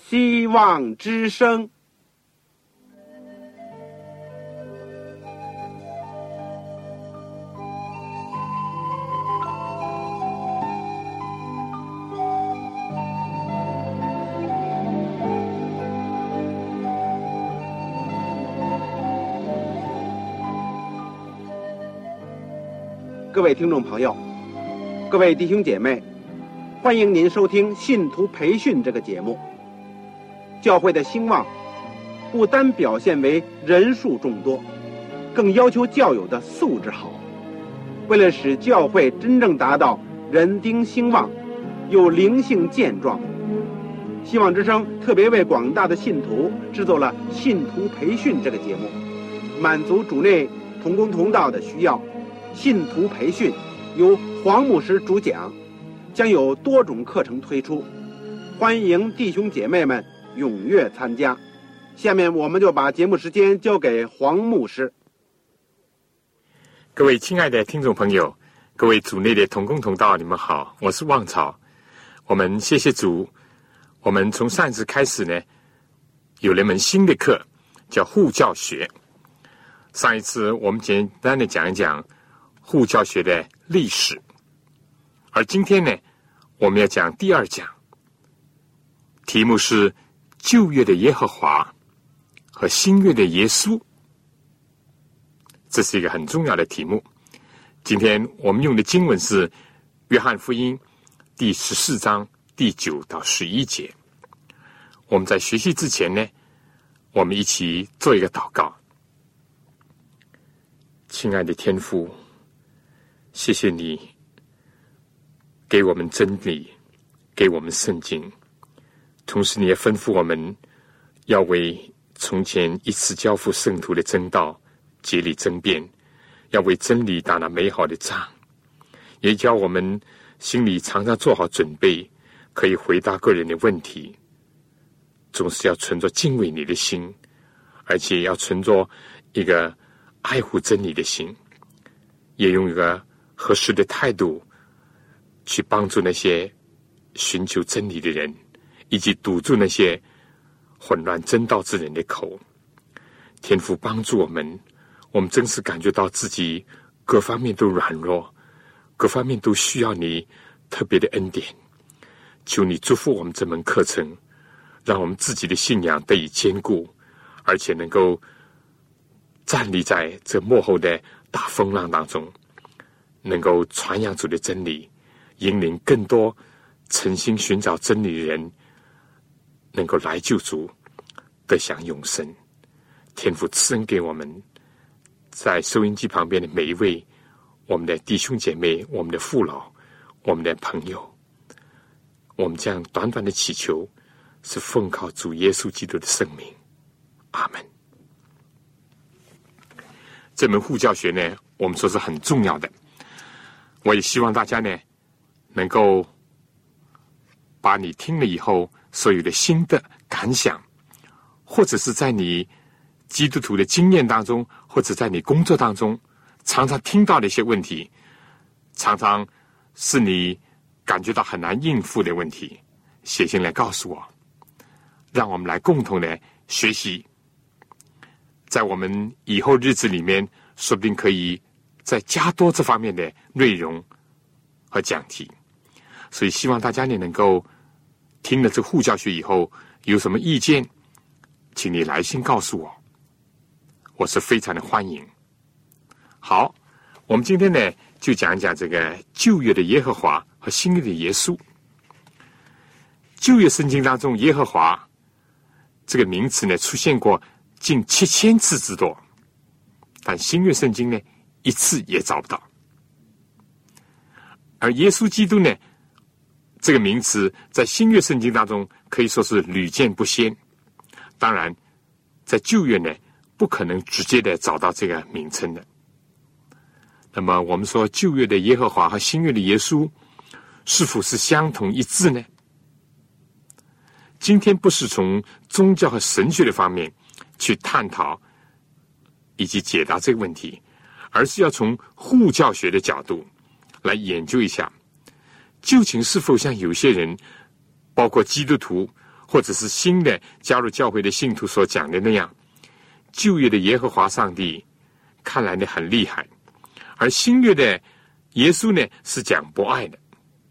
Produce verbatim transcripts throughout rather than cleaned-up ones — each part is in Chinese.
希望之声。各位听众朋友，各位弟兄姐妹，欢迎您收听信徒培训这个节目。教会的兴旺不单表现为人数众多，更要求教友的素质好。为了使教会真正达到人丁兴旺又灵性健壮，希望之声特别为广大的信徒制作了信徒培训这个节目，满足主内同工同道的需要。信徒培训由黄牧师主讲，将有多种课程推出，欢迎弟兄姐妹们踊跃参加。下面我们就把节目时间交给黄牧师。 各位亲爱的听众朋友，各位主内的同工同道，你们好，我是旺草。我们谢谢主，我们从上次开始呢，有了一门新的课，叫护教学。上一次我们简单的讲一讲护教学的历史，而今天呢，我们要讲第二讲，题目是旧约的耶和华和新约的耶稣。这是一个很重要的题目。今天我们用的经文是约翰福音第十四章第九到十一节。我们在学习之前呢，我们一起做一个祷告。亲爱的天父，谢谢你给我们真理，给我们圣经，同时你也吩咐我们要为从前一次交付圣徒的真道竭力争辩，要为真理打那美好的仗，也叫我们心里常常做好准备，可以回答个人的问题，总是要存着敬畏你的心，而且要存着一个爱护真理的心，也用一个合适的态度去帮助那些寻求真理的人，以及堵住那些混乱真道之人的口。天父帮助我们，我们真是感觉到自己各方面都软弱，各方面都需要你特别的恩典。求你祝福我们这门课程，让我们自己的信仰得以坚固，而且能够站立在这幕后的大风浪当中，能够传扬主的真理，引领更多诚心寻找真理的人能够来救主，得享永生。天父赐恩给我们，在收音机旁边的每一位我们的弟兄姐妹，我们的父老，我们的朋友，我们这样短短的祈求是奉靠主耶稣基督的圣名，阿们。这门护教学呢，我们说是很重要的，我也希望大家呢能够把你听了以后所有的新的感想，或者是在你基督徒的经验当中，或者在你工作当中常常听到的一些问题，常常是你感觉到很难应付的问题，写信来告诉我，让我们来共同的学习，在我们以后日子里面说不定可以再加多这方面的内容和讲题。所以希望大家呢能够听了这护教学以后有什么意见，请你来信告诉我，我是非常的欢迎。好，我们今天呢就讲一讲这个旧约的耶和华和新约的耶稣。旧约圣经当中耶和华这个名词呢出现过近七千次之多，但新约圣经呢一次也找不到。而耶稣基督呢这个名词在新约圣经当中可以说是屡见不鲜，当然在旧约呢不可能直接的找到这个名称的。那么我们说旧约的耶和华和新约的耶稣是否是相同一致呢？今天不是从宗教和神学的方面去探讨以及解答这个问题，而是要从护教学的角度来研究一下，究竟是否像有些人，包括基督徒或者是新的加入教会的信徒所讲的那样，旧约的耶和华上帝看来呢很厉害，而新约的耶稣呢是讲博爱的。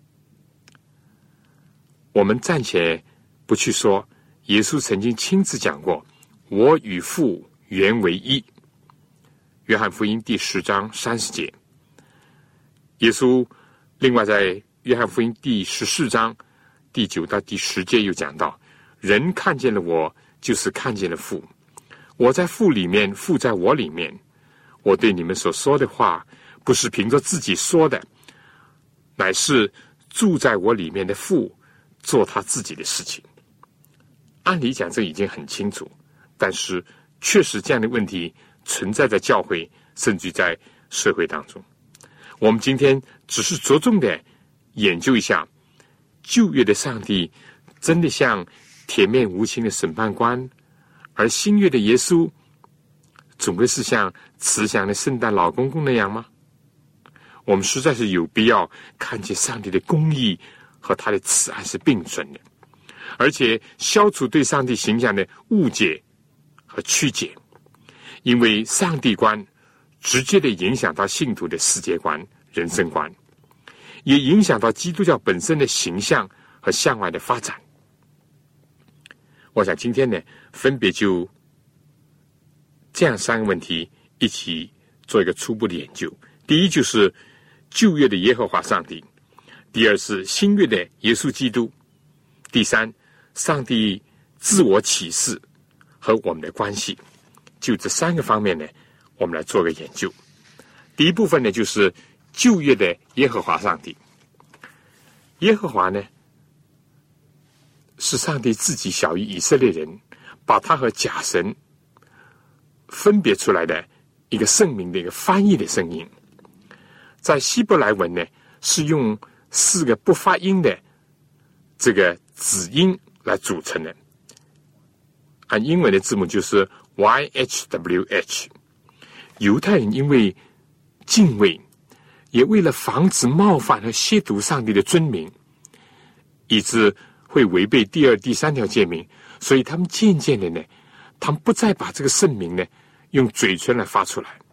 我们暂且不去说，耶稣曾经亲自讲过，我与父原为一。约翰福音第十章三十节。耶稣另外在约翰福音第十四章第九到第十节又讲到，人看见了我，就是看见了父，我在父里面，父在我里面。我对你们所说的话，不是凭着自己说的，乃是住在我里面的父做他自己的事情。按理讲这已经很清楚，但是确实这样的问题存在在教会，甚至在社会当中。我们今天只是着重的研究一下，旧约的上帝真的像铁面无情的审判官，而新约的耶稣总归是像慈祥的圣诞老公公那样吗？我们实在是有必要看见上帝的公义和他的慈爱是并存的，而且消除对上帝形象的误解和曲解，因为上帝观直接的影响到信徒的世界观、人生观，也影响到基督教本身的形象和向外的发展。我想今天呢，分别就这样三个问题一起做一个初步的研究。第一就是旧约的耶和华上帝，第二是新约的耶稣基督，第三，上帝自我启示和我们的关系。就这三个方面呢，我们来做个研究。第一部分呢，就是旧约的耶和华上帝。耶和华呢，是上帝自己小于以色列人，把他和假神分别出来的一个圣名的一个翻译的声音。在希伯来文呢，是用四个不发音的这个子音来组成的，按英文的字母就是 Y H W H。 犹太人因为敬畏，也为了防止冒犯和亵渎上帝的尊名，以致会违背第二、第三条诫命，所以他们渐渐的呢，他们不再把这个圣名呢用嘴唇来发出来。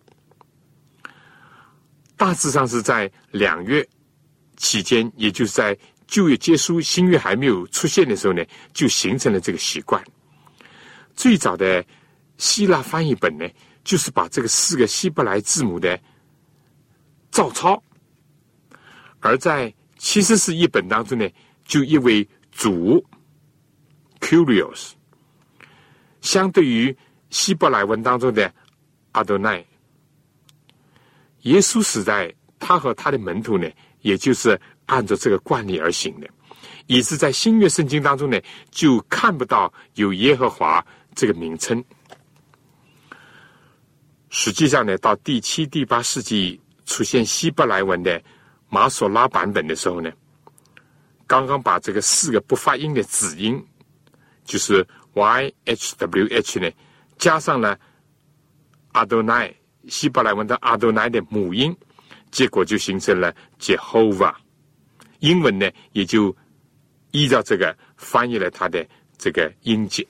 大致上是在两约期间，也就是在旧约结束、新约还没有出现的时候呢，就形成了这个习惯。最早的希腊翻译本呢，就是把这个四个希伯来字母的照抄，而在七十士译本当中呢，就译为主 Kyrios， 相对于希伯来文当中的阿多奈。耶稣时代，他和他的门徒呢，也就是按照这个惯例而行的，以致在新约圣经当中呢，就看不到有耶和华这个名称。实际上呢，到第七、第八世纪出现希伯来文的马索拉版本的时候呢，刚刚把这个四个不发音的子音，就是 Y H W H 呢，加上了阿多奈，希伯来文的阿多奈的母音，结果就形成了 Jehovah。 英文呢，也就依照这个翻译了它的这个音节。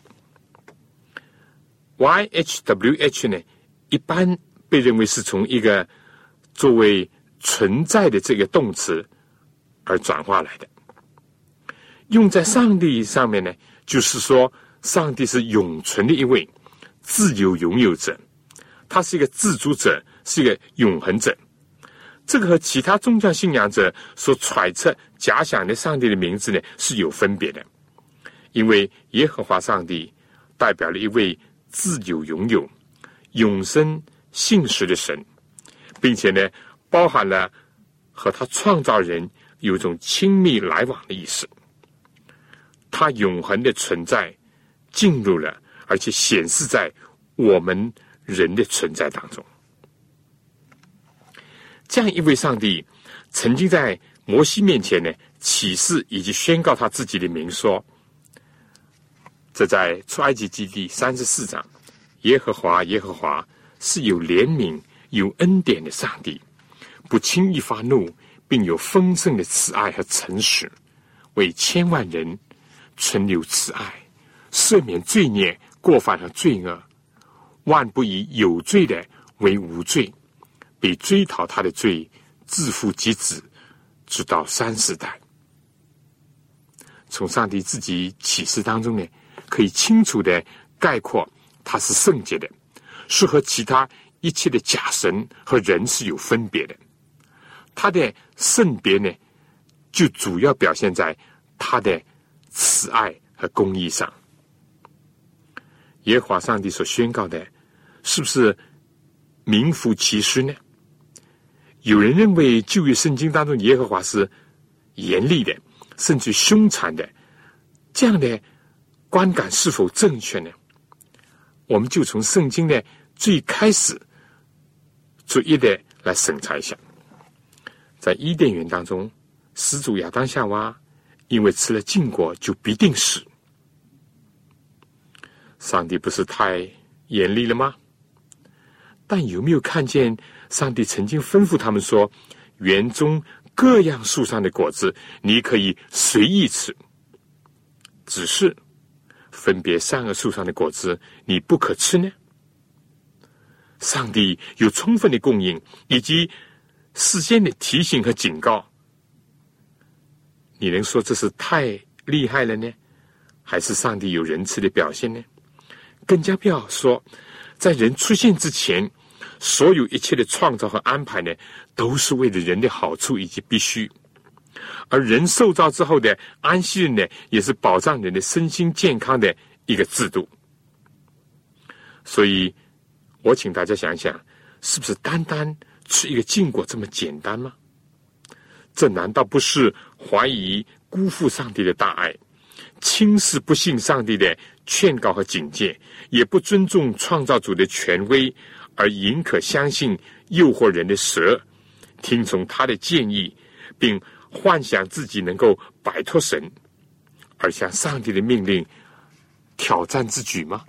Y H W H 呢，一般被认为是从一个作为存在的这个动词而转化来的。用在上帝上面呢，就是说上帝是永存的一位自由拥有者，他是一个自主者，是一个永恒者。这个和其他宗教信仰者所揣测假想的上帝的名字呢是有分别的，因为耶和华上帝代表了一位自由拥有、永生信实的神，并且呢包含了和他创造人有一种亲密来往的意思。他永恒的存在进入了，而且显示在我们人的存在当中。这样一位上帝曾经在摩西面前呢启示以及宣告他自己的名说，这在出埃及记第三十四章，耶和华耶和华是有怜悯有恩典的上帝，不轻易发怒，并有丰盛的慈爱和诚实，为千万人存留慈爱赦免罪孽、过犯和罪恶，万不以有罪的为无罪，比追讨他的罪，自负及子，直到三四代。从上帝自己启示当中呢，可以清楚的概括，他是圣洁的，是和其他一切的假神和人是有分别的。他的圣别呢，就主要表现在他的慈爱和公义上。耶和华上帝所宣告的，是不是名副其实呢？有人认为旧约圣经当中耶和华是严厉的，甚至凶残的，这样的观感是否正确呢？我们就从圣经的最开始逐一的来审查一下。在伊甸园当中，始祖亚当夏娃因为吃了禁果就必定死，上帝不是太严厉了吗？但有没有看见上帝曾经吩咐他们说，园中各样树上的果子你可以随意吃，只是分别善恶树上的果子你不可吃呢？上帝有充分的供应以及事先的提醒和警告，你能说这是太厉害了呢，还是上帝有仁慈的表现呢？更加不要说在人出现之前，所有一切的创造和安排呢，都是为了人的好处以及必须，而人受造之后的安息日呢，也是保障人的身心健康的一个制度。所以我请大家想想，是不是单单吃一个禁果这么简单吗？这难道不是怀疑辜负上帝的大爱，轻视不信上帝的劝告和警戒，也不尊重创造主的权威，而宁可相信诱惑人的蛇，听从他的建议，并幻想自己能够摆脱神，而向上帝的命令挑战之举吗？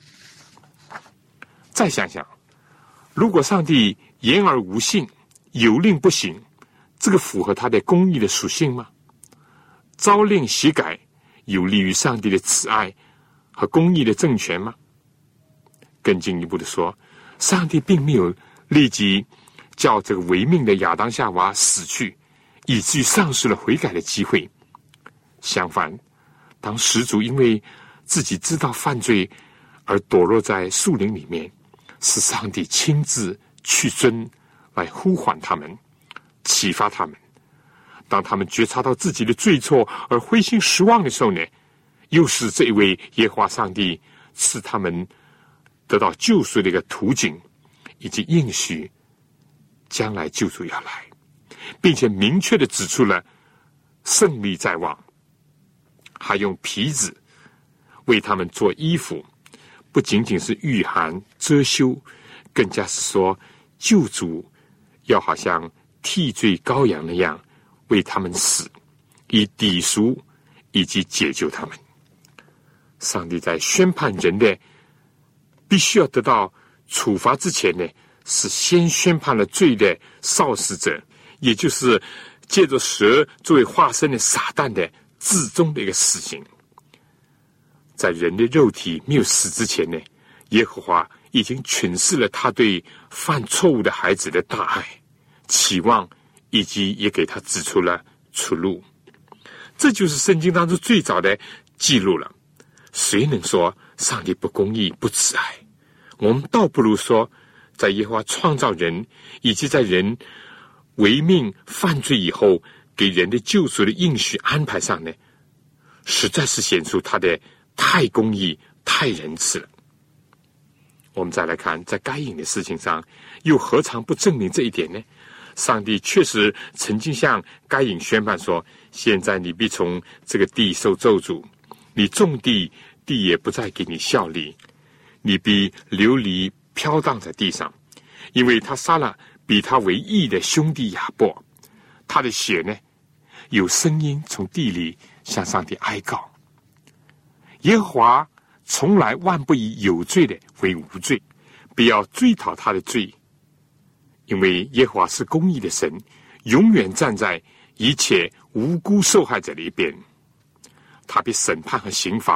再想想，如果上帝言而无信，有令不行，这个符合他的公义的属性吗？朝令夕改，有利于上帝的慈爱和公义的政权吗？更进一步的说，上帝并没有立即叫这个违命的亚当夏娃死去，以至于丧失了悔改的机会。相反，当始祖因为自己知道犯罪而躲落在树林里面，是上帝亲自去尊来呼唤他们，启发他们。当他们觉察到自己的罪错而灰心失望的时候呢，又是这一位耶和华上帝赐他们得到救赎的一个途径，以及应许将来救主要来，并且明确的指出了胜利在望，还用皮子为他们做衣服，不仅仅是御寒遮羞，更加是说救主要好像替罪羔羊那样为他们死，以抵赎以及解救他们。上帝在宣判人的必须要得到处罚之前呢，是先宣判了罪的肇事者，也就是借着蛇作为化身的撒旦的至终的一个死刑。在人的肉体没有死之前呢，耶和华已经诠释了他对犯错误的孩子的大爱、期望，以及也给他指出了出路。这就是圣经当中最早的记录了。谁能说上帝不公义、不慈爱？我们倒不如说，在耶和华创造人，以及在人违命犯罪以后给人的救赎的应许安排上呢，实在是显出他的太公义、太仁慈了。我们再来看，在该隐的事情上，又何尝不证明这一点呢？上帝确实曾经向该隐宣判说，现在你必从这个地受咒诅，你种地，地也不再给你效力，你必流离飘荡在地上，因为他杀了比他为义的兄弟亚伯，他的血呢，有声音从地里向上帝哀告。耶和华从来万不以有罪的为无罪，不要追讨他的罪，因为耶和华是公义的神，永远站在一切无辜受害者的一边，他必审判和刑罚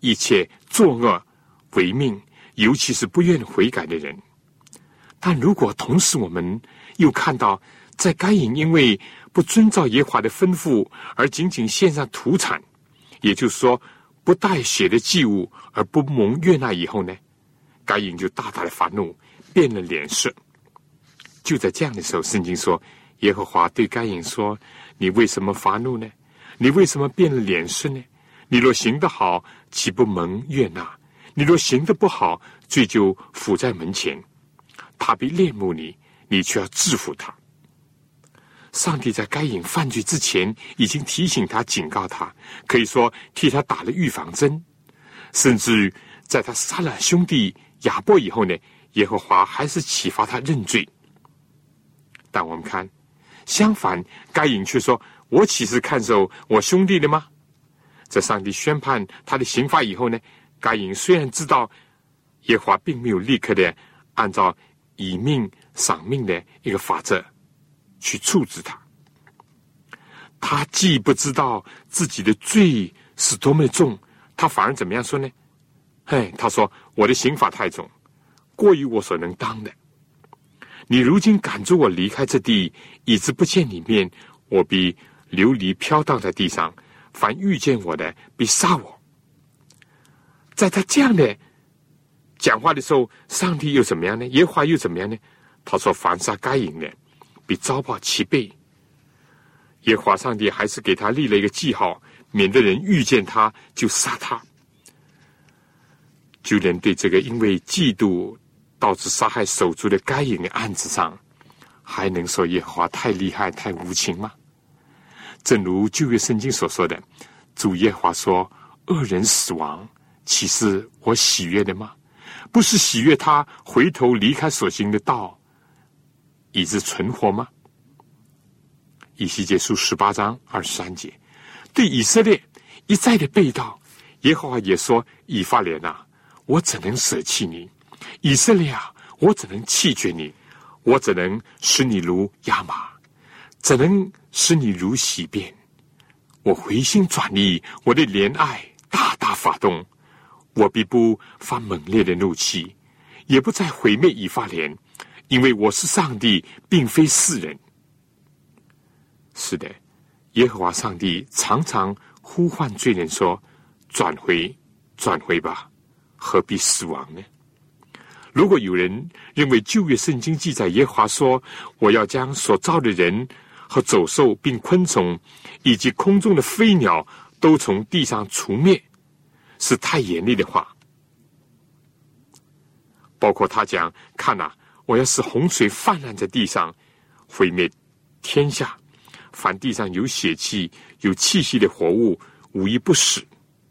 一切作恶违命，尤其是不愿悔改的人。但如果同时我们又看到，在该隐因为不遵照耶和华的吩咐而仅仅献上土产，也就是说不带血的祭物而不蒙悦纳以后呢，该隐就大大的发怒，变了脸色。就在这样的时候，圣经说耶和华对该隐说，你为什么发怒呢？你为什么变了脸色呢？你若行得好，岂不蒙悦纳？你若行得不好，罪就伏在门前。他必恋慕你，你却要制服他。上帝在该隐犯罪之前已经提醒他，警告他，可以说替他打了预防针。甚至于在他杀了兄弟亚伯以后呢，耶和华还是启发他认罪。但我们看相反，该隐却说，我岂是看守我兄弟的吗？在上帝宣判他的刑罚以后呢，该隐虽然知道耶和华并没有立刻的按照以命赏命的一个法则去处置他，他既不知道自己的罪是多么的重，他反而怎么样说呢？嘿，他说我的刑罚太重，过于我所能当的。你如今赶逐我离开这地，以致不见你面，我必流离飘荡在地上，凡遇见我的必杀我。在他这样的讲话的时候，上帝又怎么样呢？耶和华又怎么样呢？他说凡杀该隐的必遭报七倍。耶和华上帝还是给他立了一个记号，免得人遇见他就杀他。就连对这个因为嫉妒导致杀害手足的该隐的案子上，还能说耶和华太厉害太无情吗？正如旧约圣经所说的，主耶和华说，恶人死亡，岂是我喜悦的吗？不是喜悦他回头离开所行的道，以致存活吗？以西结书十八章二十三节，对以色列一再的背道，耶和华也说，以法莲啊，我怎能舍弃你？以色列啊，我怎能弃绝你？我怎能使你如亚玛？怎能使你如洗便？我回心转意，我的怜爱大大发动，我必不发猛烈的怒气，也不再毁灭以法莲，因为我是上帝，并非世人。是的，耶和华上帝常常呼唤罪人说，转回转回吧，何必死亡呢？如果有人认为旧约圣经记载耶和华说，我要将所造的人和走兽并昆虫以及空中的飞鸟都从地上除灭，是太严厉的话。包括他讲，看啊，我要使洪水泛滥在地上，毁灭天下，凡地上有血气有气息的活物无一不死。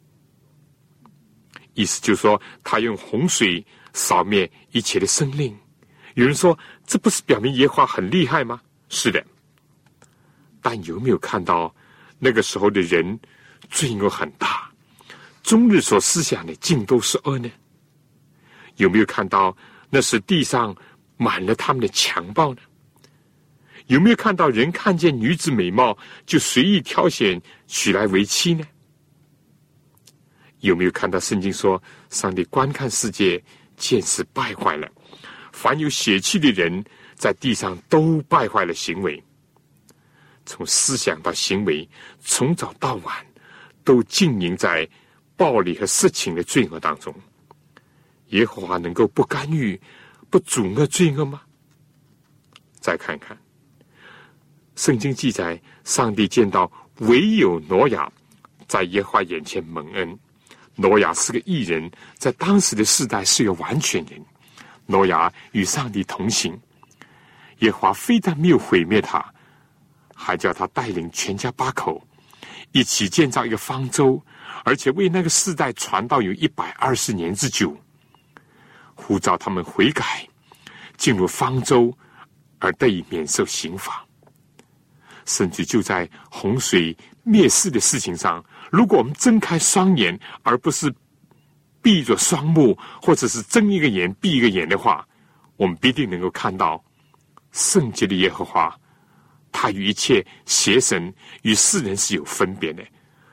意思就是说，他用洪水扫灭一切的生灵。有人说，这不是表明耶和华很厉害吗？是的，但有没有看到那个时候的人罪恶很大，终日所思想的尽都是恶呢？有没有看到那时地上满了他们的强暴呢？有没有看到人看见女子美貌就随意挑选娶来为妻呢？有没有看到圣经说，上帝观看世界，见是败坏了，凡有血气的人在地上都败坏了行为，从思想到行为，从早到晚都浸淫在暴力和色情的罪恶当中。耶和华能够不干预不阻遏罪恶吗？再看看圣经记载，上帝见到唯有挪亚在耶和华眼前蒙恩。挪亚是个义人，在当时的世代是个完全人。挪亚与上帝同行，耶和华非但没有毁灭他，还叫他带领全家八口一起建造一个方舟，而且为那个世代传道有一百二十年之久，呼召他们悔改，进入方舟，而得以免受刑罚。甚至就在洪水灭世的事情上，如果我们睁开双眼，而不是闭着双目，或者是睁一个眼闭一个眼的话，我们必定能够看到圣洁的耶和华，他与一切邪神与世人是有分别的。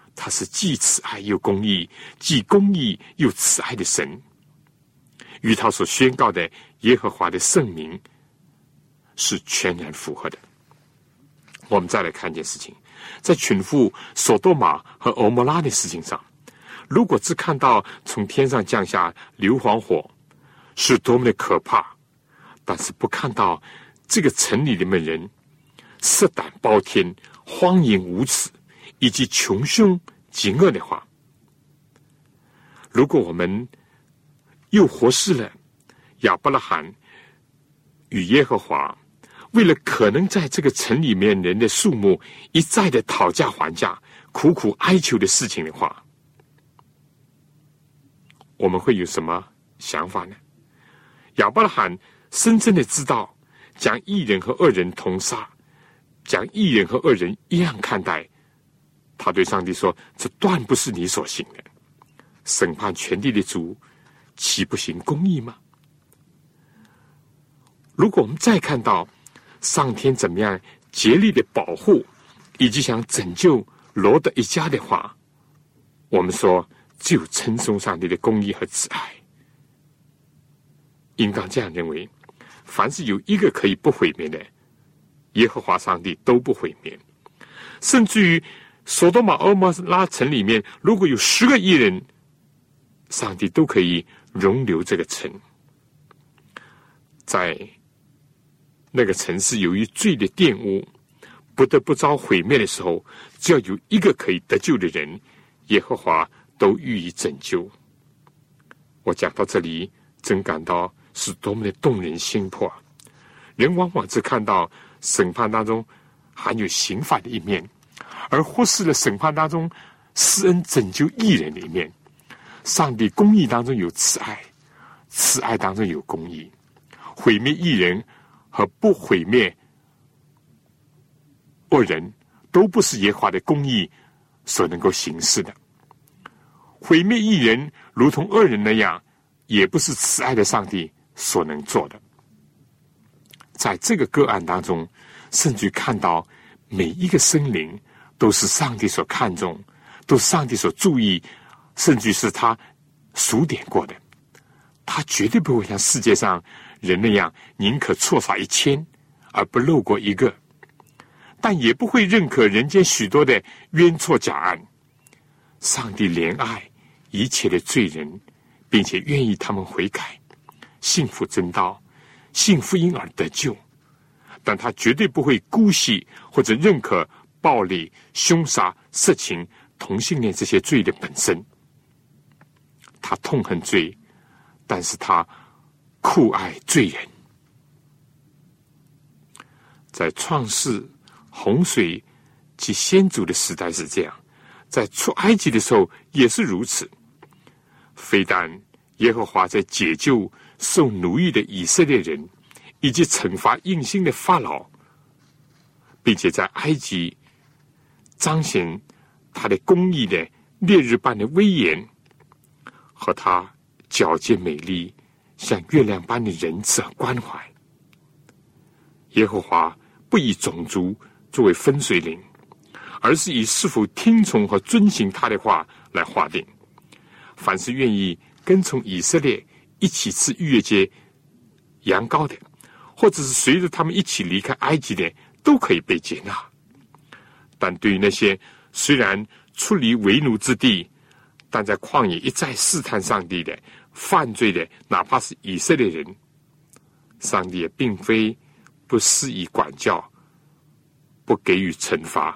他是既慈爱又公义，既公义又慈爱的神，与他所宣告的耶和华的圣名是全然符合的。我们再来看一件事情，在群赴索多玛和俄摩拉的事情上，如果只看到从天上降下硫磺火是多么的可怕，但是不看到这个城里的人色胆包天、荒淫无耻以及穷凶极恶的话，如果我们又活视了亚伯拉罕与耶和华为了可能在这个城里面人的数目一再的讨价还价、苦苦哀求的事情的话，我们会有什么想法呢？亚伯拉罕深深的知道，将义人和恶人同杀，将义人和恶人一样看待。他对上帝说：“这断不是你所行的。审判全地的主，岂不行公义吗？”如果我们再看到上天怎么样竭力的保护以及想拯救罗德一家的话，我们说只有称颂上帝的公义和慈爱。应当这样认为，凡是有一个可以不毁灭的，耶和华上帝都不毁灭。甚至于索多玛俄摩拉城里面，如果有十个义人，上帝都可以容留这个城。在那个城市由于罪的玷污不得不遭毁灭的时候，只要有一个可以得救的人，耶和华都予以拯救。我讲到这里，真感到是多么的动人心魄。人往往只看到审判当中含有刑罚的一面，而忽视了审判当中施恩拯救义人的一面。上帝公义当中有慈爱，慈爱当中有公义，毁灭义人和不毁灭恶人都不是耶和华的公义所能够行事的。毁灭义人如同恶人那样，也不是慈爱的上帝所能做的。在这个个案当中，甚至看到每一个生灵都是上帝所看重，都是上帝所注意，甚至是他数点过的。他绝对不会像世界上人那样宁可错杀一千而不漏过一个，但也不会认可人间许多的冤错假案。上帝怜爱一切的罪人，并且愿意他们悔改，信服真道，信福音而得救。但他绝对不会姑息或者认可暴力、凶杀、色情、同性恋这些罪的本身。他痛恨罪，但是他酷爱罪人。在创世、洪水及先祖的时代是这样，在出埃及的时候也是如此。非但耶和华在解救受奴役的以色列人，以及惩罚硬心的法老，并且在埃及彰显他的公义的烈日般的威严，和他皎洁美丽像月亮般的仁慈和关怀。耶和华不以种族作为分水岭，而是以是否听从和遵行他的话来划定。凡是愿意跟从以色列一起吃逾越节羊羔的，或者是随着他们一起离开埃及的，都可以被接纳。但对于那些虽然出离为奴之地，但在旷野一再试探上帝的、犯罪的，哪怕是以色列人，上帝也并非不施以管教，不给予惩罚。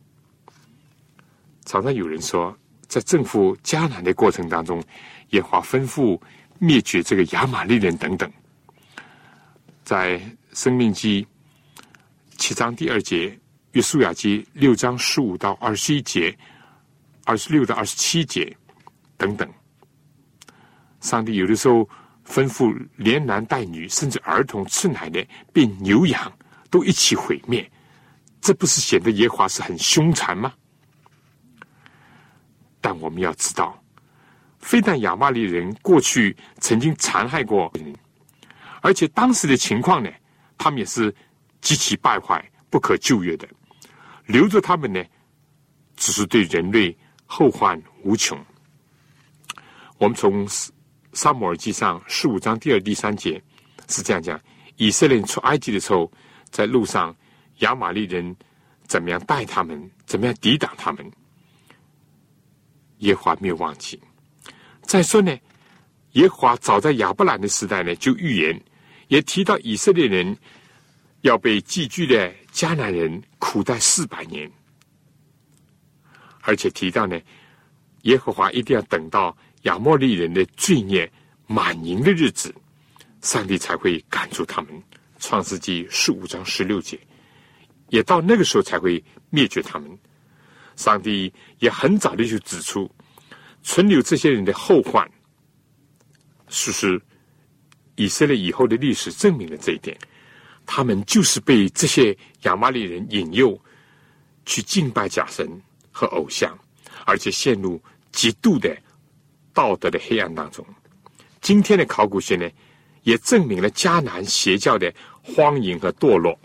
常常有人说，在征服迦南的过程当中，耶和华吩咐灭绝这个亚玛力人等等。在申命记七章第二节，约书亚记六章十五到二十一节，二十六到二十七节等等，上帝有的时候吩咐连男带女，甚至儿童吃奶的，并牛羊都一起毁灭，这不是显得耶和华是很凶残吗？但我们要知道，非但亚玛力人过去曾经残害过人，而且当时的情况呢，他们也是极其败坏、不可救援的。留着他们呢，只是对人类后患无穷。我们从撒母耳记上十五章第二、第三节是这样讲：以色列人出埃及的时候，在路上亚玛力人怎么样待他们，怎么样抵挡他们，耶和华没有忘记。再说呢，耶和华早在亚伯兰的时代呢就预言，也提到以色列人要被寄居的迦南人苦待四百年，而且提到呢，耶和华一定要等到亚摩利人的罪孽满盈的日子，上帝才会赶出他们。创世纪十五章十六节，也到那个时候才会灭绝他们。上帝也很早的就指出，存留这些人的后患。事实以色列以后的历史证明了这一点，他们就是被这些亚玛力人引诱去敬拜假神和偶像，而且陷入极度的道德的黑暗当中。今天的考古学呢，也证明了迦南邪教的荒淫和堕落。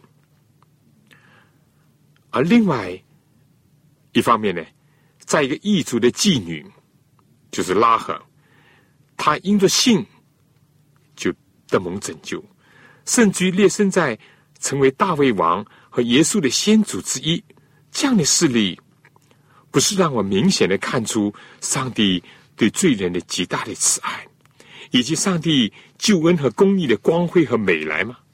而另外一方面呢，在一个异族的妓女，就是拉合，她因着信就得蒙拯救，甚至于列身在成为大卫王和耶稣的先祖之一。这样的事例，不是让我明显的看出上帝对罪人的极大的慈爱，以及上帝救恩和公义的光辉和美来吗？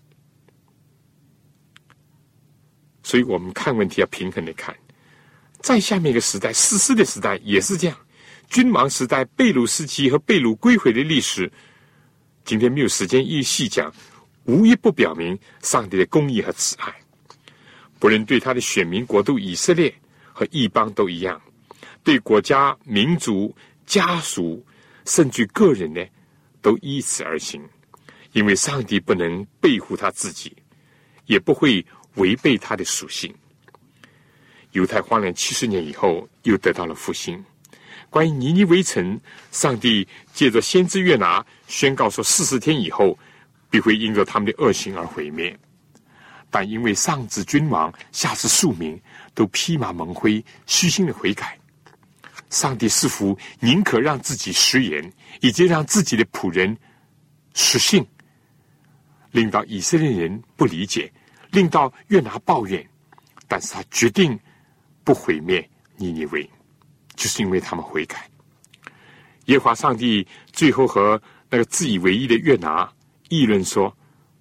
所以我们看问题要平衡的看。在下面一个时代，士师的时代也是这样，君王时代、被掳时期和被掳归回的历史，今天没有时间一一细讲，无一不表明上帝的公义和慈爱。不论对他的选民国度以色列和异邦都一样，对国家、民族、家属甚至个人呢，都依此而行。因为上帝不能背负他自己，也不会违背他的属性。犹太荒凉七十年以后，又得到了复兴。关于尼尼微城，上帝借着先知约拿宣告说，四十天以后必会因着他们的恶行而毁灭。但因为上至君王，下至庶民都披麻蒙灰，虚心的悔改，上帝似乎宁可让自己食言，以及让自己的仆人失信，令到以色列人不理解，令到约拿抱怨，但是他决定不毁灭尼尼微，就是因为他们悔改。耶和华上帝最后和那个自以为意的约拿议论说，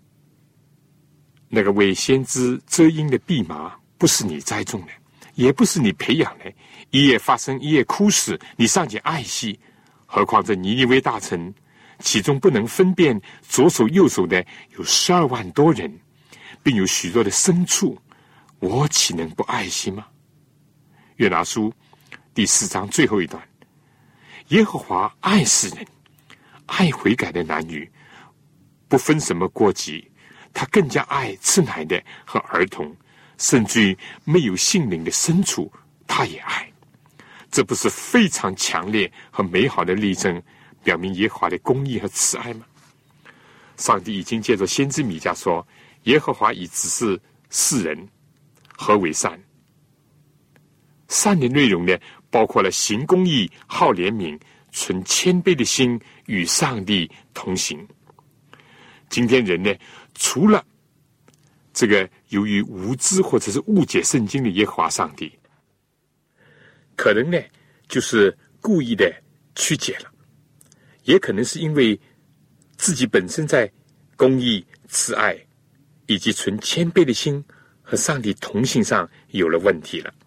那个为先知遮阴的蓖麻不是你栽种的，也不是你培养的，一夜发生一夜枯死，你尚且爱惜，何况这尼尼微大臣，其中不能分辨左手右手的有十二万多人，并有许多的牲畜，我岂能不爱惜吗？约拿书第四章最后一段，耶和华爱世人，爱悔改的男女，不分什么国籍，他更加爱吃奶的和儿童，甚至于没有性灵的牲畜他也爱。这不是非常强烈和美好的例证，表明耶和华的公义和慈爱吗？上帝已经借着先知米迦说，耶和华已指示世人何为善。善的内容呢，包括了行公义、好怜悯、存谦卑的心，与上帝同行。今天人呢，除了这个由于无知或者是误解圣经的耶和华上帝，可能呢就是故意的曲解了，也可能是因为自己本身在公义、慈爱以及存谦卑的心和上帝同行上有了问题了。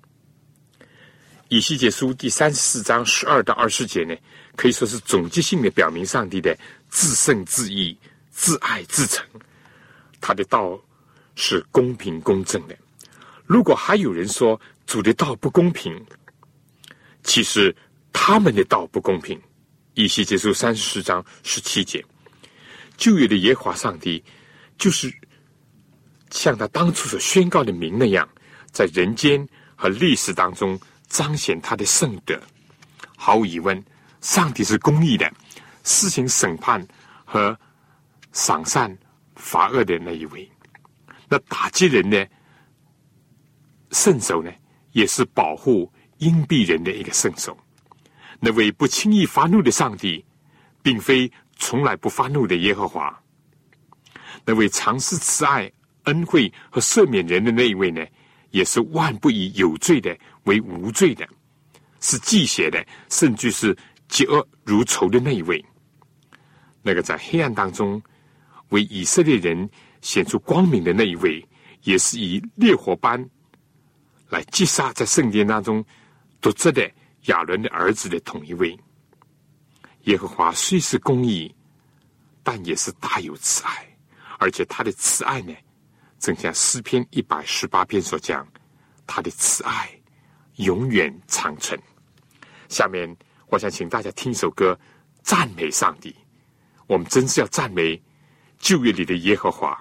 以西结书第三十四章十二到二十节呢，可以说是总结性的表明上帝的至圣至义、自爱自诚，他的道是公平公正的。如果还有人说主的道不公平，其实他们的道不公平。以西结书三十四章十七节，旧约的耶和华上帝就是像他当初所宣告的名那样，在人间和历史当中彰显他的圣德。毫无疑问，上帝是公义的，施行审判和赏善罚恶的那一位。那打击人的圣手呢，也是保护荫蔽人的一个圣手。那位不轻易发怒的上帝，并非从来不发怒的耶和华。那位常施慈爱、恩惠和赦免人的那一位呢，也是万不以有罪的为无罪的，是忌邪的，甚至是嫉恶如仇的那一位。那个在黑暗当中为以色列人显出光明的那一位，也是以烈火般来击杀在圣殿当中独自的亚伦的儿子的同一位。耶和华虽是公义，但也是大有慈爱，而且他的慈爱呢，正像诗篇一百十八篇所讲，他的慈爱永远长存。下面我想请大家听一首歌，赞美上帝。我们真是要赞美旧约里的耶和华。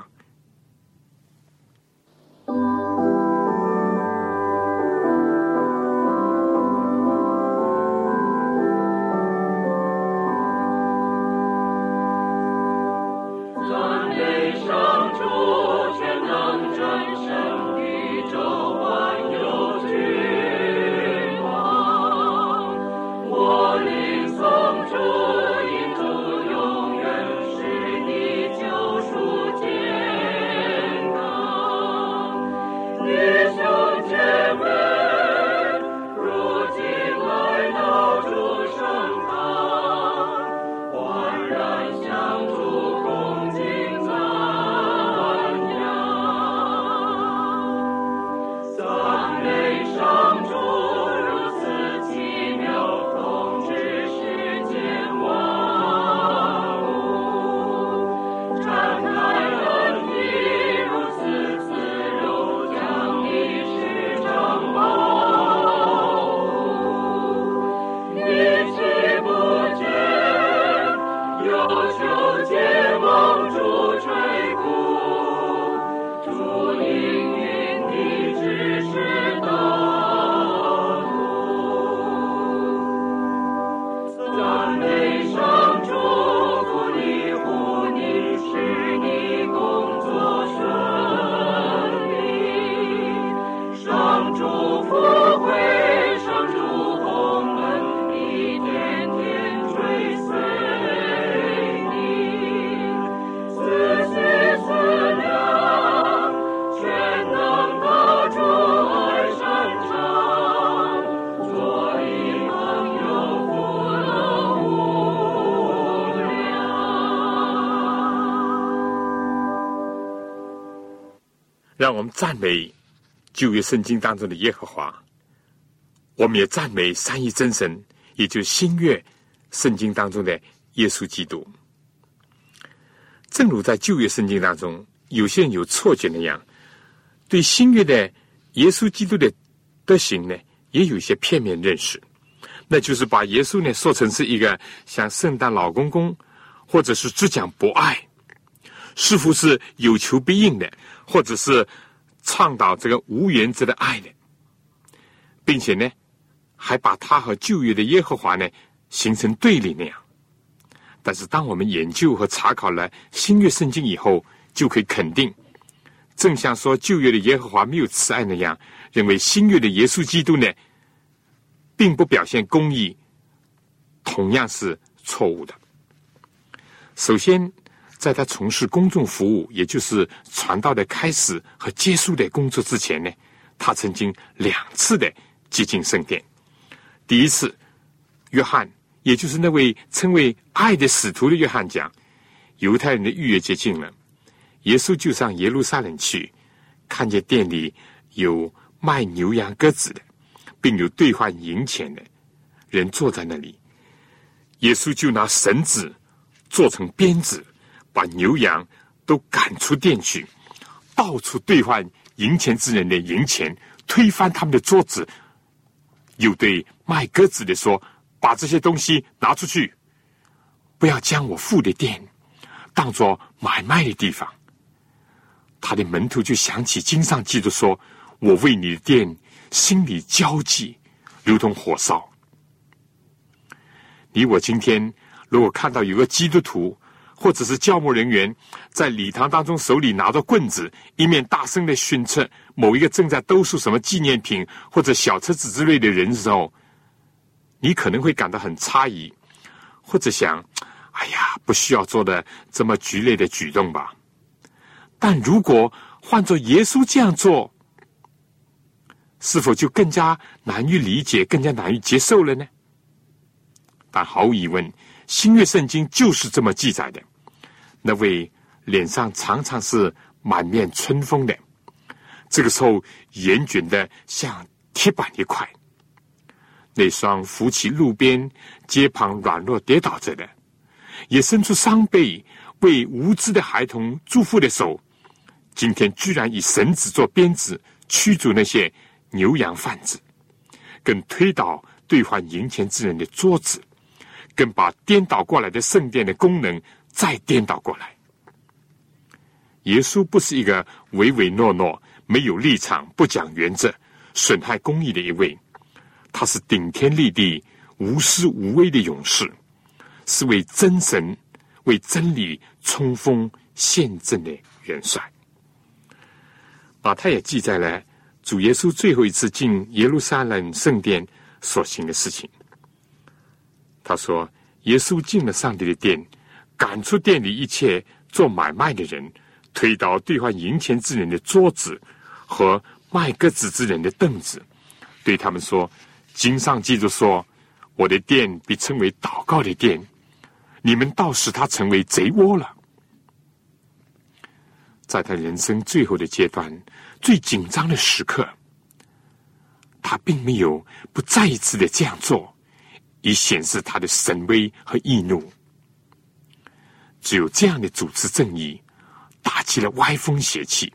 让我们赞美旧约圣经当中的耶和华，我们也赞美三一真神，也就是新约圣经当中的耶稣基督。正如在旧约圣经当中，有些人有错觉那样，对新约的耶稣基督的德行呢，也有一些片面认识，那就是把耶稣呢说成是一个像圣诞老公公，或者是只讲博爱，似乎是有求必应的，或者是倡导这个无原则的爱的，并且呢，还把他和旧约的耶和华呢形成对立那样。但是当我们研究和查考了新约圣经以后，就可以肯定，正像说旧约的耶和华没有慈爱那样，认为新约的耶稣基督呢，并不表现公义，同样是错误的。首先，在他从事公众服务，也就是传道的开始和结束的工作之前呢，他曾经两次的接近圣殿。第一次，约翰，也就是那位称为爱的使徒的约翰讲，犹太人的逾越节近了，耶稣就上耶路撒冷去，看见店里有卖牛羊鸽子的，并有兑换银钱的人坐在那里，耶稣就拿绳子做成鞭子，把牛羊都赶出店去，到处兑换银钱之人的银钱，推翻他们的桌子，又对卖鸽子的说，把这些东西拿出去，不要将我父的店当作买卖的地方。他的门徒就想起经上记着说，我为你的店心里焦急，如同火烧。你我今天如果看到有个基督徒或者是教牧人员在礼堂当中手里拿着棍子，一面大声的训斥某一个正在兜售什么纪念品或者小车子之类的人的时候，你可能会感到很诧异，或者想，哎呀，不需要做的这么剧烈的举动吧。但如果换做耶稣这样做，是否就更加难于理解，更加难于接受了呢？但毫无疑问，新约圣经就是这么记载的。那位脸上常常是满面春风的，这个时候严峻的像铁板一块，那双扶起路边街旁软弱跌倒着的，也伸出伤悲为无知的孩童祝福的手，今天居然以绳子做鞭子驱逐那些牛羊贩子，更推倒兑换银钱之人的桌子，更把颠倒过来的圣殿的功能再颠倒过来。耶稣不是一个唯唯诺诺、没有立场、不讲原则、损害公义的一位，他是顶天立地、无私无畏的勇士，是为真神、为真理冲锋陷阵的元帅。马太也记载了主耶稣最后一次进耶路撒冷圣殿所行的事情。他说，耶稣进了上帝的殿，赶出店里一切做买卖的人，推倒兑换银钱之人的桌子和卖鸽子之人的凳子，对他们说，经上记着说，我的殿被称为祷告的殿，你们倒使它成为贼窝了。在他人生最后的阶段，最紧张的时刻，他并没有不再一次的这样做，以显示他的神威和义怒。只有这样的主持正义，打击了歪风邪气。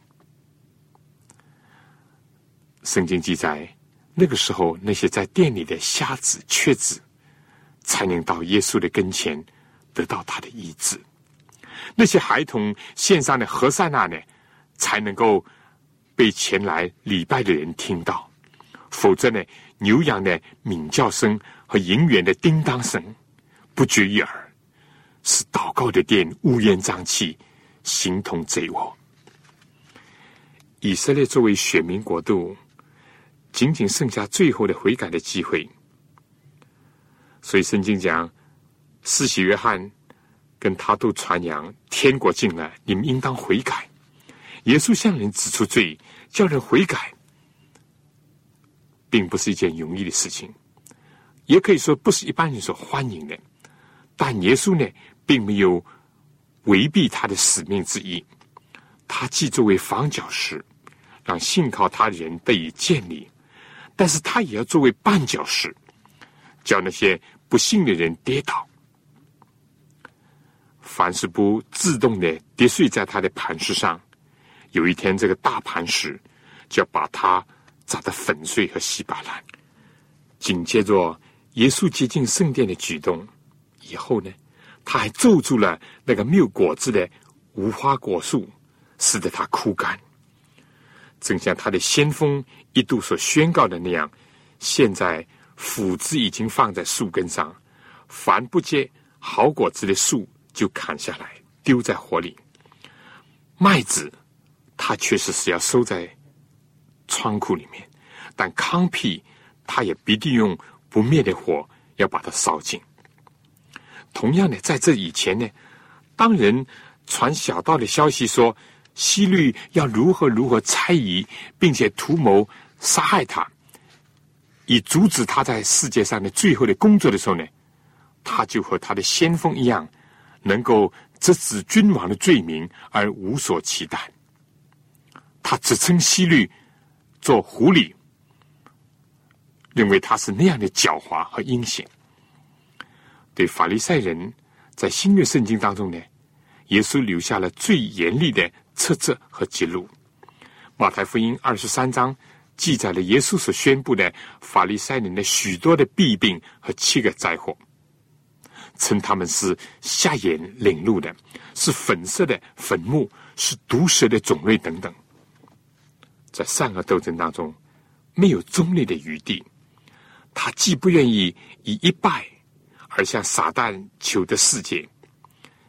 圣经记载，那个时候那些在店里的瞎子瘸子才能到耶稣的跟前，得到他的医治。那些孩童献上的和散那呢，才能够被前来礼拜的人听到，否则呢，牛羊的鸣叫声和银元的叮当声不绝于耳，使祷告的殿乌烟瘴气，形同贼窝。以色列作为选民国度，仅仅剩下最后的悔改的机会。所以圣经讲，施洗约翰跟他都传扬，天国近了，你们应当悔改。耶稣向人指出罪，叫人悔改，并不是一件容易的事情，也可以说不是一般人所欢迎的。但耶稣呢，并没有违避他的使命之一，他既作为房角石，让信靠他的人得以建立，但是他也要作为绊脚石，叫那些不信的人跌倒。凡是不自动的跌碎在他的磐石上，有一天这个大磐石就要把它砸得粉碎和稀巴烂。紧接着耶稣接近圣殿的举动以后呢，他还咒住了那个没有果子的无花果树，使得它枯干。正像他的先锋一度所宣告的那样，现在斧子已经放在树根上，凡不结好果子的树就砍下来丢在火里。麦子它确实是要收在仓库里面，但糠秕它也必定用不灭的火要把它烧尽。同样的，在这以前呢，当人传小道的消息说希律要如何如何猜疑，并且图谋杀害他，以阻止他在世界上的最后的工作的时候呢，他就和他的先锋一样，能够直指君王的罪名而无所期待。他只称希律做狐狸，认为他是那样的狡猾和阴险。对法利赛人，在新约圣经当中呢，耶稣留下了最严厉的斥责和记录。马太福音二十三章记载了耶稣所宣布的法利赛人的许多的弊病和七个灾祸，称他们是瞎眼领路的，是粉色的坟墓，是毒蛇的种类等等。在善恶斗争当中没有中立的余地，他既不愿意以一败而向撒旦求得世界，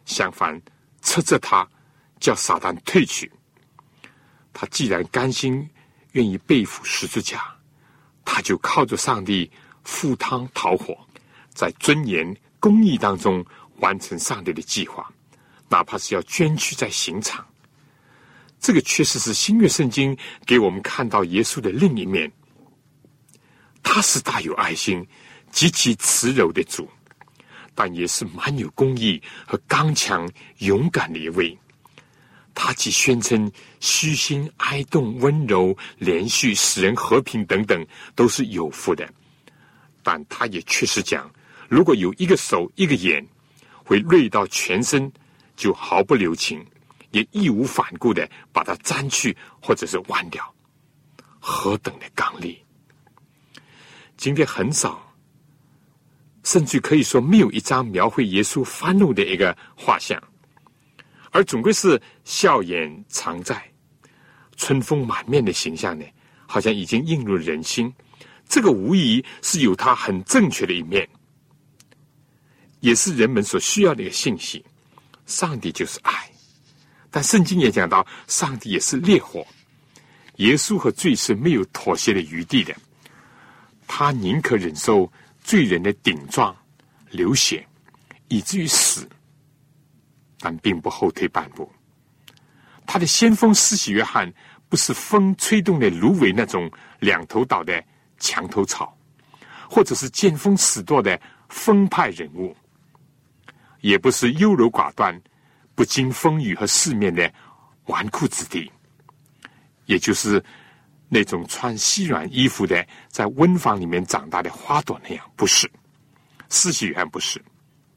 相反，斥责他，叫撒旦退去。他既然甘心愿意背负十字架，他就靠着上帝赴汤蹈火，在尊严公义当中完成上帝的计划，哪怕是要捐躯在刑场。这个确实是新约圣经给我们看到耶稣的另一面。他是大有爱心、极其慈柔的主，但也是蛮有公义和刚强勇敢的一位。他既宣称虚心、哀动、温柔、连续、使人和平等等都是有福的，但他也确实讲，如果有一个手、一个眼会累到全身，就毫不留情，也义无反顾的把它摘去或者是剜掉。何等的刚烈！今天很少，甚至可以说没有一张描绘耶稣发怒的一个画像，而总归是笑颜常在、春风满面的形象呢，好像已经映入人心。这个无疑是有他很正确的一面，也是人们所需要的一个信息。上帝就是爱，但圣经也讲到，上帝也是烈火。耶稣和罪是没有妥协的余地的，他宁可忍受罪人的顶撞、流血，以至于死，但并不后退半步。他的先锋施洗约翰不是风吹动的芦苇那种两头倒的墙头草，或者是见风使舵的风派人物，也不是优柔寡断、不经风雨和世面的纨绔子弟，也就是那种穿细软衣服的在温房里面长大的花朵那样。不是，施洗约翰不是，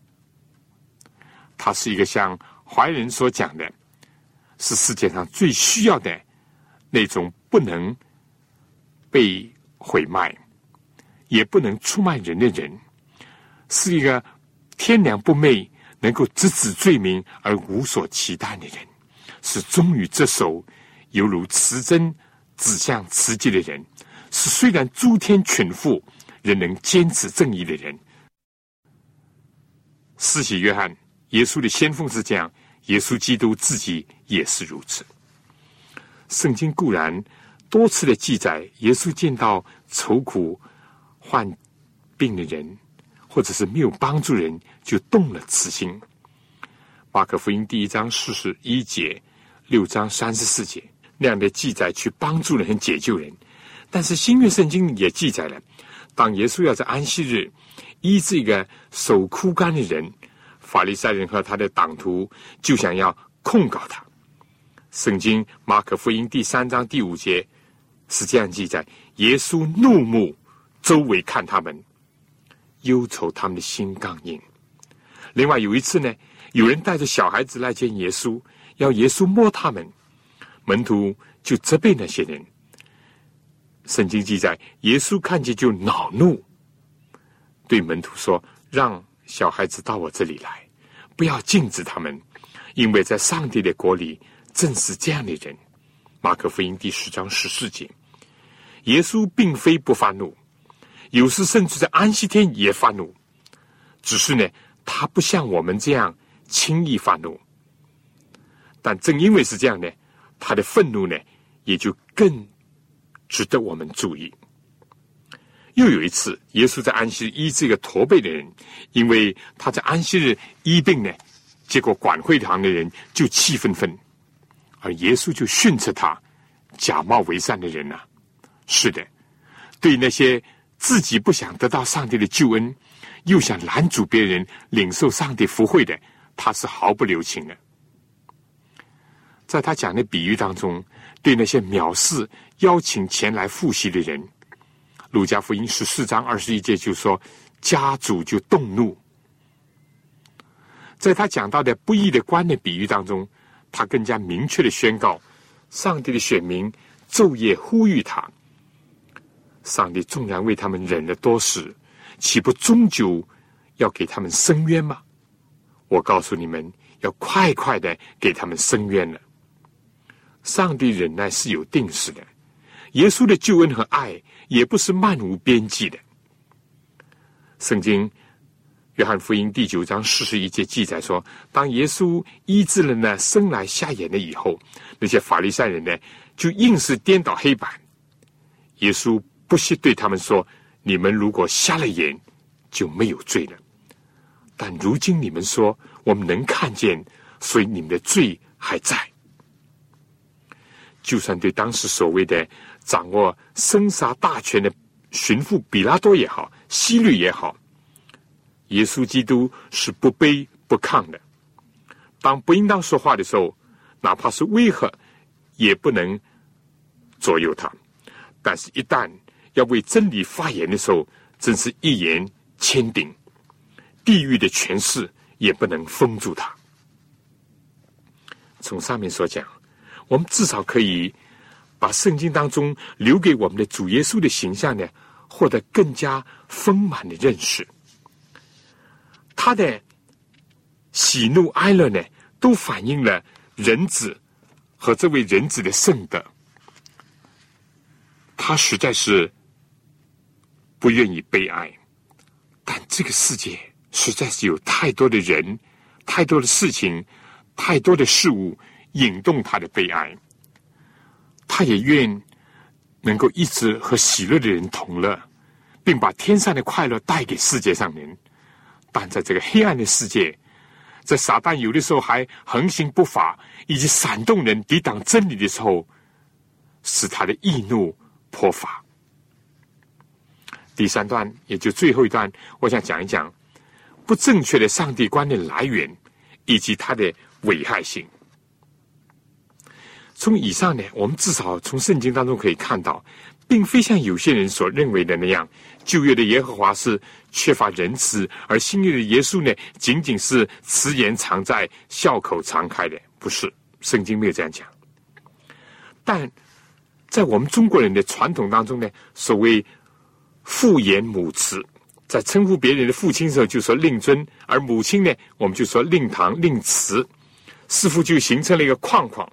他是一个像怀人所讲的，是世界上最需要的那种不能被毁卖也不能出卖人的人，是一个天良不昧，能够直指罪名而无所期待的人，是忠于这手犹如持针指向慈济的人，是虽然诸天群富仍能坚持正义的人。施洗约翰，耶稣的先锋是这样，耶稣基督自己也是如此。圣经固然多次的记载，耶稣见到愁苦患病的人，或者是没有帮助人，就动了慈心。马可福音第一章四十一节，六章三十四节那样的记载，去帮助人、解救人。但是新约圣经也记载了，当耶稣要在安息日医治一个手枯干的人，法利赛人和他的党徒就想要控告他。圣经马可福音第三章第五节是这样记载：耶稣怒目周围看他们，忧愁他们的心刚硬。另外有一次呢，有人带着小孩子来见耶稣，要耶稣摸他们，门徒就责备那些人。圣经记载，耶稣看见就恼怒，对门徒说：让小孩子到我这里来，不要禁止他们，因为在上帝的国里正是这样的人。马可福音第十章十四节。耶稣并非不发怒，有时甚至在安息天也发怒，只是呢，他不像我们这样轻易发怒。但正因为是这样呢，他的愤怒呢，也就更值得我们注意。又有一次，耶稣在安息日医治一个驼背的人，因为他在安息日医病呢，结果管会堂的人就气愤愤，而耶稣就训斥他假冒为善的人啊。是的，对那些自己不想得到上帝的救恩，又想拦阻别人领受上帝福惠的，他是毫不留情的。在他讲的比喻当中，对那些藐视邀请前来复习的人，路加福音十四章二十一节就说，家主就动怒。在他讲到的不义的官的比喻当中，他更加明确的宣告，上帝的选民昼夜呼吁他，上帝纵然为他们忍了多时，岂不终究要给他们伸冤吗？我告诉你们，要快快的给他们伸冤了。上帝忍耐是有定时的，耶稣的救恩和爱也不是漫无边际的。圣经约翰福音第九章四十一节记载说，当耶稣医治了呢生来瞎眼的以后，那些法利赛人呢就硬是颠倒黑板。耶稣不惜对他们说，你们如果瞎了眼就没有罪了，但如今你们说我们能看见，所以你们的罪还在。就算对当时所谓的掌握生杀大权的巡抚比拉多也好，希律也好，耶稣基督是不卑不亢的。当不应当说话的时候，哪怕是威吓也不能左右他，但是一旦要为真理发言的时候，真是一言千顶，地狱的权势也不能封住他。从上面所讲，我们至少可以把圣经当中留给我们的主耶稣的形象呢，获得更加丰满的认识。他的喜怒哀乐呢，都反映了人子和这位人子的圣德。他实在是不愿意悲哀，但这个世界实在是有太多的人、太多的事情、太多的事物引动他的悲哀。他也愿能够一直和喜乐的人同乐，并把天上的快乐带给世界上人。但在这个黑暗的世界，在撒旦有的时候还横行不法，以及煽动人抵挡真理的时候，使他的易怒颇发。第三段，也就最后一段，我想讲一讲不正确的上帝观念来源以及它的危害性。从以上呢，我们至少从圣经当中可以看到，并非像有些人所认为的那样，旧约的耶和华是缺乏仁慈，而新约的耶稣呢，仅仅是慈颜常在，笑口常开的。不是，圣经没有这样讲。但在我们中国人的传统当中呢，所谓父严母慈，在称呼别人的父亲的时候就说令尊，而母亲呢，我们就说令堂令慈，似乎就形成了一个框框。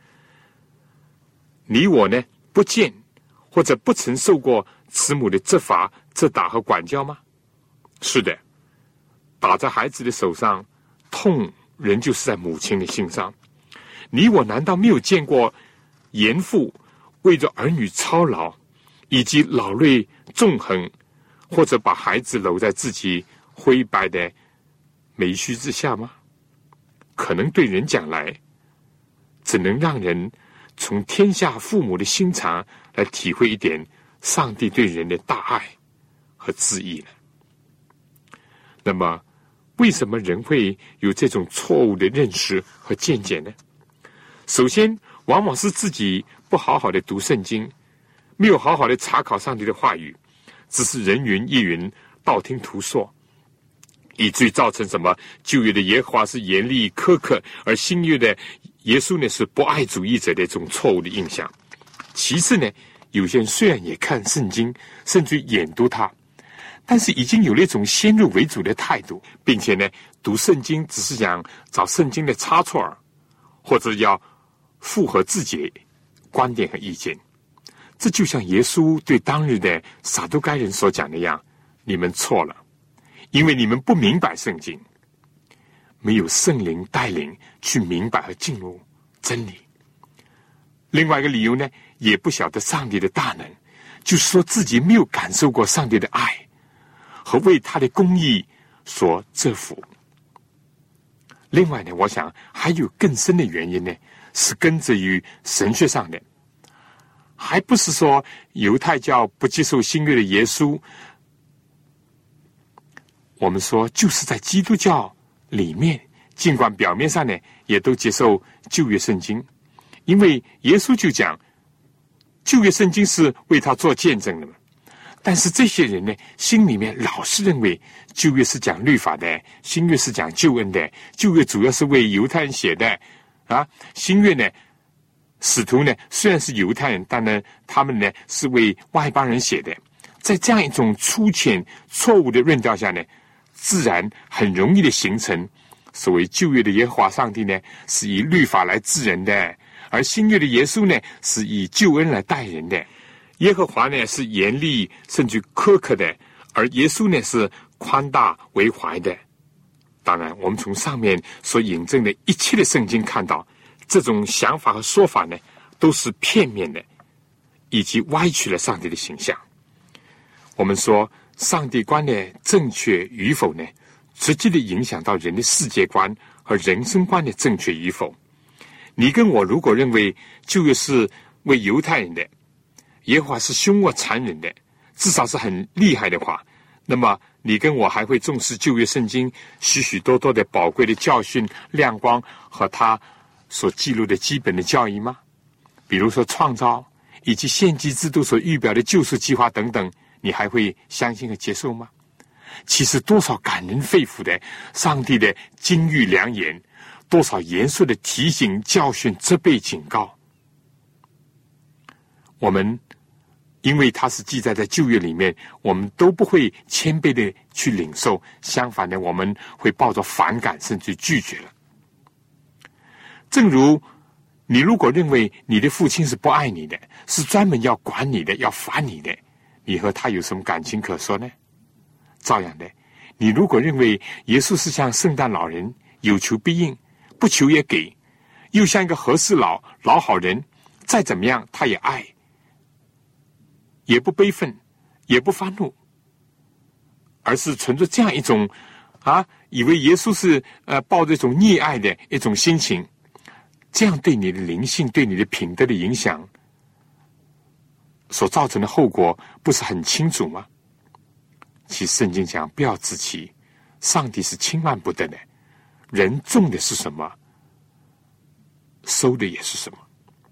你我呢，不见或者不曾受过慈母的责罚、责打和管教吗？是的，打在孩子的手上，痛仍旧是在母亲的心上。你我难道没有见过严父为着儿女操劳，以及老泪纵横，或者把孩子搂在自己灰白的眉须之下吗？可能对人讲来，只能让人从天下父母的心肠来体会一点上帝对人的大爱和旨意呢。那么，为什么人会有这种错误的认识和见解呢？首先，往往是自己不好好的读圣经，没有好好的查考上帝的话语，只是人云亦云，道听途说，以至于造成什么旧约的耶和华是严厉苛刻，而新约的耶稣呢是不爱主义者的这种错误的印象。其次呢，有些人虽然也看圣经，甚至研读它，但是已经有了一种先入为主的态度，并且呢，读圣经只是想找圣经的差错儿，或者要符合自己的观点和意见。这就像耶稣对当日的撒都该人所讲的一样，你们错了，因为你们不明白圣经，没有圣灵带领去明白和进入真理。另外一个理由呢，也不晓得上帝的大能，就是说自己没有感受过上帝的爱和为他的公义所折服。另外呢，我想还有更深的原因呢，是根植于神学上的，还不是说犹太教不接受新约的耶稣，我们说就是在基督教里面，尽管表面上呢也都接受旧约圣经，因为耶稣就讲旧约圣经是为他做见证的嘛。但是这些人呢，心里面老是认为旧约是讲律法的，新约是讲救恩的，旧约主要是为犹太人写的啊，新约呢，使徒呢虽然是犹太人，但呢他们呢是为外邦人写的。在这样一种粗浅错误的论调下呢，自然很容易的形成所谓旧约的耶和华上帝呢是以律法来治人的，而新约的耶稣呢是以救恩来待人的。耶和华呢是严厉甚至苛刻的，而耶稣呢是宽大为怀的。当然，我们从上面所引证的一切的圣经看到，这种想法和说法呢，都是片面的，以及歪曲了上帝的形象。我们说上帝观的正确与否呢，直接的影响到人的世界观和人生观的正确与否。你跟我如果认为旧约是为犹太人的，耶和华是凶恶残忍的，至少是很厉害的话，那么你跟我还会重视旧约圣经许许多多的宝贵的教训、亮光和他所记录的基本的教义吗？比如说创造以及献祭制度所预表的救赎计划等等，你还会相信和接受吗？其实多少感人肺腑的上帝的金玉良言，多少严肃的提醒、教训、责备、警告，我们因为它是记载在旧约里面，我们都不会谦卑的去领受，相反的，我们会抱着反感甚至拒绝了。正如你如果认为你的父亲是不爱你的，是专门要管你的，要罚你的，你和他有什么感情可说呢？照样的，你如果认为耶稣是像圣诞老人，有求必应，不求也给，又像一个和事佬、老好人，再怎么样他也爱，也不悲愤，也不发怒，而是存着这样一种啊，以为耶稣是呃抱着一种溺爱的一种心情，这样对你的灵性、对你的品德的影响所造成的后果不是很清楚吗？其实圣经讲不要自欺，上帝是轻慢不得的，人种的是什么，收的也是什么。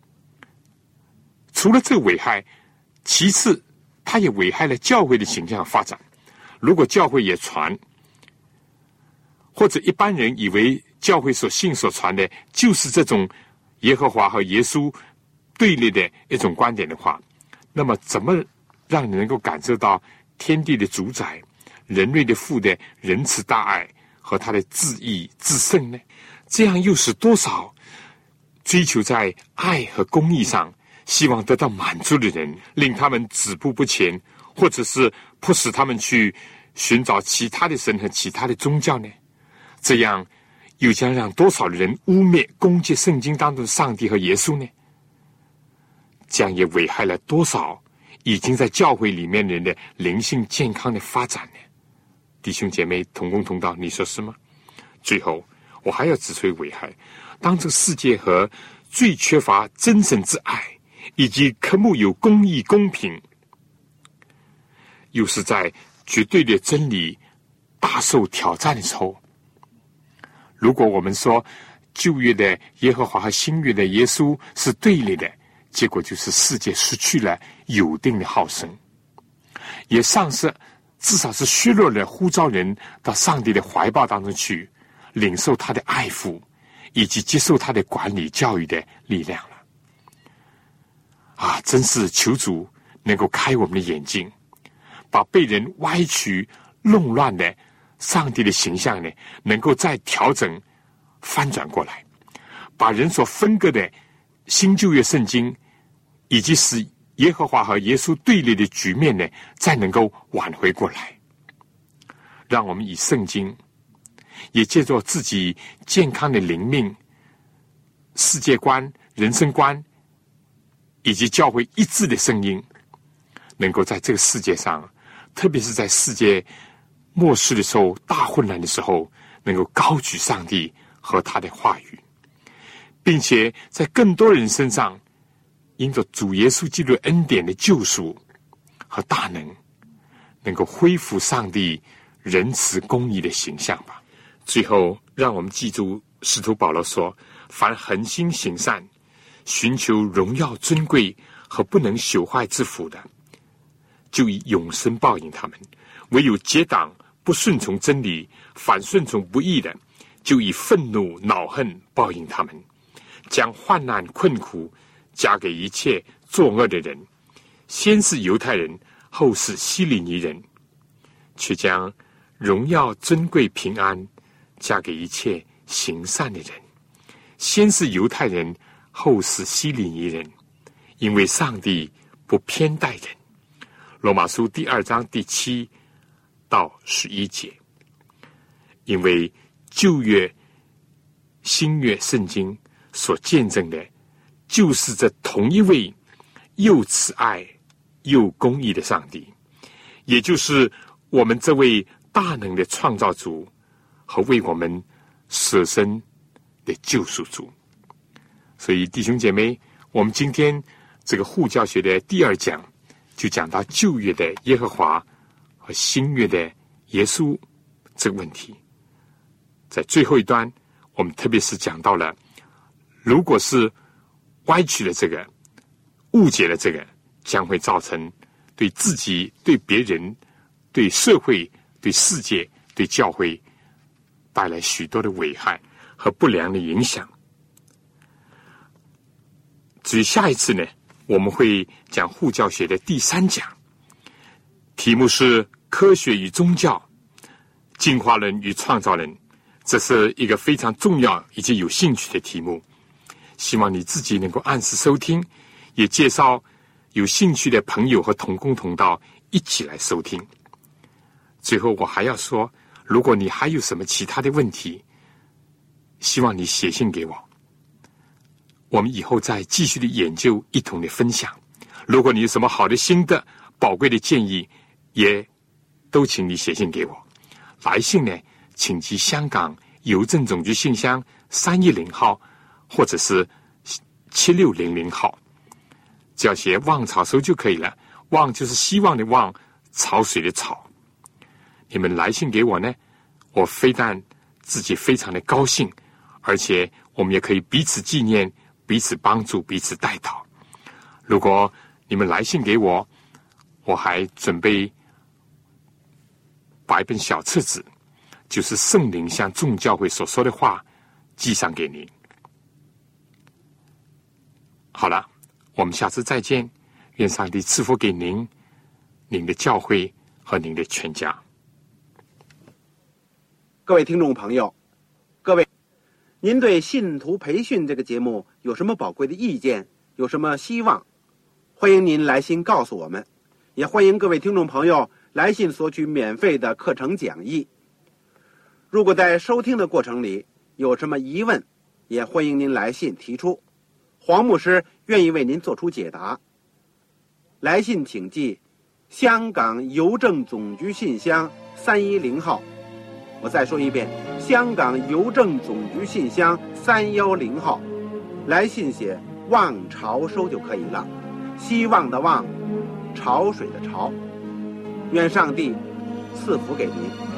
除了这个危害，其次它也危害了教会的形象发展。如果教会也传，或者一般人以为教会所信所传的就是这种耶和华和耶稣对立的一种观点的话，那么怎么让你能够感受到天地的主宰、人类的父的仁慈大爱和他的至义至圣呢？这样又使多少追求在爱和公义上希望得到满足的人，令他们止步不前，或者是迫使他们去寻找其他的神和其他的宗教呢？这样又将让多少人污蔑攻击圣经当中的上帝和耶稣呢？这样也危害了多少已经在教会里面人的灵性健康的发展呢？弟兄姐妹同工同道，你说是吗？最后我还要指出危害，当这个世界和最缺乏真神之爱以及科目有公义公平，又是在绝对的真理大受挑战的时候，如果我们说旧约的耶和华和新约的耶稣是对立的，结果就是世界失去了有定的好生，也丧失，至少是削弱了呼召人到上帝的怀抱当中去，领受他的爱抚以及接受他的管理教育的力量了。啊，真是求主能够开我们的眼睛，把被人歪曲弄乱的上帝的形象呢，能够再调整翻转过来，把人所分割的新旧约圣经以及使耶和华和耶稣对立的局面呢，再能够挽回过来。让我们以圣经，也借助自己健康的灵命、世界观、人生观以及教会一致的声音，能够在这个世界上，特别是在世界末世的时候、大混乱的时候，能够高举上帝和他的话语，并且在更多人身上因着主耶稣基督恩典的救赎和大能，能够恢复上帝仁慈公义的形象吧。最后让我们记住使徒保罗说，凡恒心行善、寻求荣耀尊贵和不能朽坏之福的，就以永生报应他们；唯有结党不顺从真理、反顺从不义的，就以愤怒恼恨报应他们，将患难困苦加给一切作恶的人，先是犹太人，后是希利尼人，却将荣耀尊贵平安加给一切行善的人。先是犹太人，后是希利尼人，因为上帝不偏待人。罗马书第二章第七到十一节。因为旧约、新约圣经所见证的，就是这同一位又慈爱又公义的上帝，也就是我们这位大能的创造主和为我们舍身的救赎主。所以弟兄姐妹，我们今天这个护教学的第二讲就讲到旧约的耶和华和新约的耶稣这个问题。在最后一段，我们特别是讲到了，如果是歪曲了这个、误解了这个，将会造成对自己、对别人、对社会、对世界、对教会带来许多的危害和不良的影响。至于下一次呢，我们会讲护教学的第三讲，题目是科学与宗教、进化论与创造论。这是一个非常重要以及有兴趣的题目，希望你自己能够按时收听，也介绍有兴趣的朋友和同工同道一起来收听。最后我还要说，如果你还有什么其他的问题，希望你写信给我，我们以后再继续的研究，一同的分享。如果你有什么好的心得、宝贵的建议，也都请你写信给我。来信呢，请寄香港邮政总局信箱三一零号，或者是七六零零号，只要写望潮收就可以了。望就是希望的望，潮水的潮。你们来信给我呢，我非但自己非常的高兴，而且我们也可以彼此纪念、彼此帮助、彼此代祷。如果你们来信给我，我还准备把一本小册子，就是圣灵向众教会所说的话，寄上给您。好了，我们下次再见。愿上帝赐福给您、您的教会和您的全家。 各位听众朋友，各位，您对信徒培训这个节目有什么宝贵的意见，有什么希望，欢迎您来信告诉我们，也欢迎各位听众朋友来信索取免费的课程讲义。如果在收听的过程里有什么疑问，也欢迎您来信提出，黄牧师愿意为您做出解答。来信请寄香港邮政总局信箱三一零号。我再说一遍，香港邮政总局信箱三幺零号。来信写望潮收就可以了，希望的望，潮水的潮。愿上帝赐福给您。